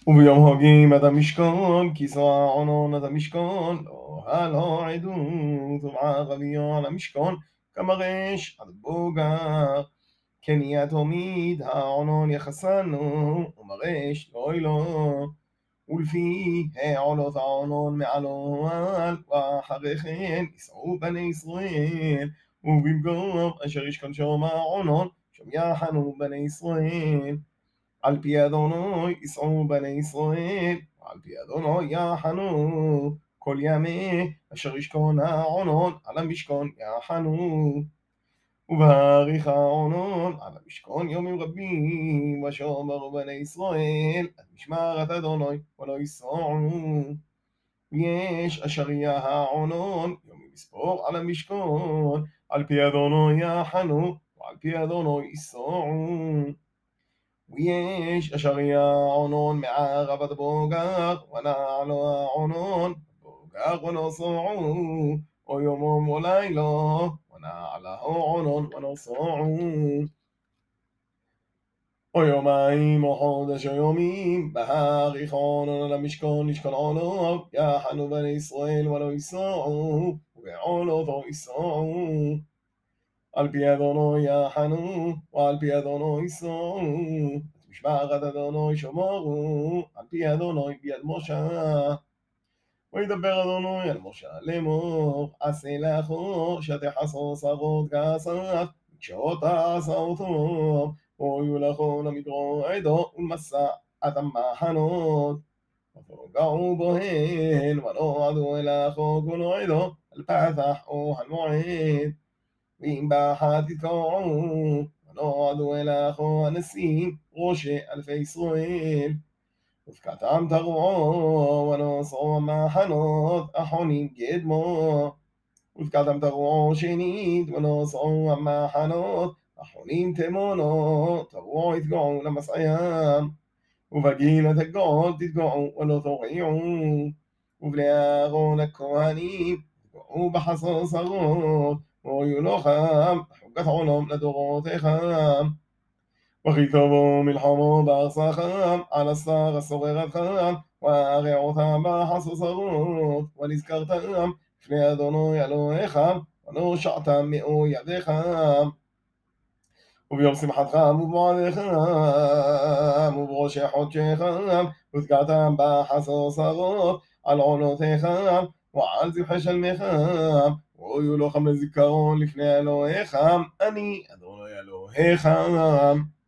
וביום הוגים עד המשכון, כיסו העונון עד המשכון, לא הלא עדות, ובערביו על המשכון, כמרש עד בוגר. כן יתומיד העונון יחסנו, ומרש לא אלו. ולפי העולות העונון מעלו על, ואחרי כן ייסעו בני ישראל, ובמקום אשר ישכון שם העונון, שם יחנו בני ישראל. על פי אדוני ייסעו בני ישראל, ועל פי אדוני יחנו, כל ימי אשר ישכון העונון על המשכון יחנו. ובאריך העונון על המשכון יומים רבים, ושומרו בני ישראל עד משמרת אדוני ולא ייסעו. ויש אשר יהיה העונון יומים לספור על המשכון, על פי אדוני יחנו ועל פי אדוני ייסעו. ויש אשר יהיה העונון מערב עד בוגר, ונעלו העונון בוגר ונוסעו, או יומם ולילו, ונעלהו עונון ונוסעו. או יומיים או חודש או יומים, בהאריך עונון על המשכון לשכון עונות, יחנו בני ישראל ולא ייסעו, ובעונות לא ייסעו. על פי אדוני יחנו, ועל פי אדוני ייסעו. משמרת אדוני שמורו, על פי אדוני ביד משה. וידבר אדוני אל משה לאמור, עשה לכו שתחסו שרות כסף, וכשאותה עשה אותו, ויהיו לכו למדרון עדו ולמסע את המחנות. ופגעו בוהן, ונועדו לכו כל עדו, על פתח או המועד. ואם באחת תתקעו, ונועדו לכו הנשיאים, ראשי אלפי ישראל. ופקעתם תרועו, ונוסעו המחנות, אחונים קדמו. ופקעתם תרועו שנית, ונוסעו המחנות, אחונים תמונו, תרועו יתגעו למסעם. ובגיל התגעו תתגעו ולא תוריעו. ובני אהרון הכהנים תתגעו בחסות שרות, ויהיו לכם חוקת עולם לדורותיכם. וכי תבואו מלחמו בארצכם, על השר הסורר אתכם, והרעותם בחסוסרות, ונזכרתם לפני אדוני אלוהיכם, ונושעתם מאויביכם. וביום שמחתכם ובמועדיכם, ובראשי חודשיכם, ותקעתם בחסוסרות, על עונותיכם, ועל זבחי שלמיכם, ויהיו לכם לזיכרון לפני אלוהיכם, אני אדוני אלוהיכם.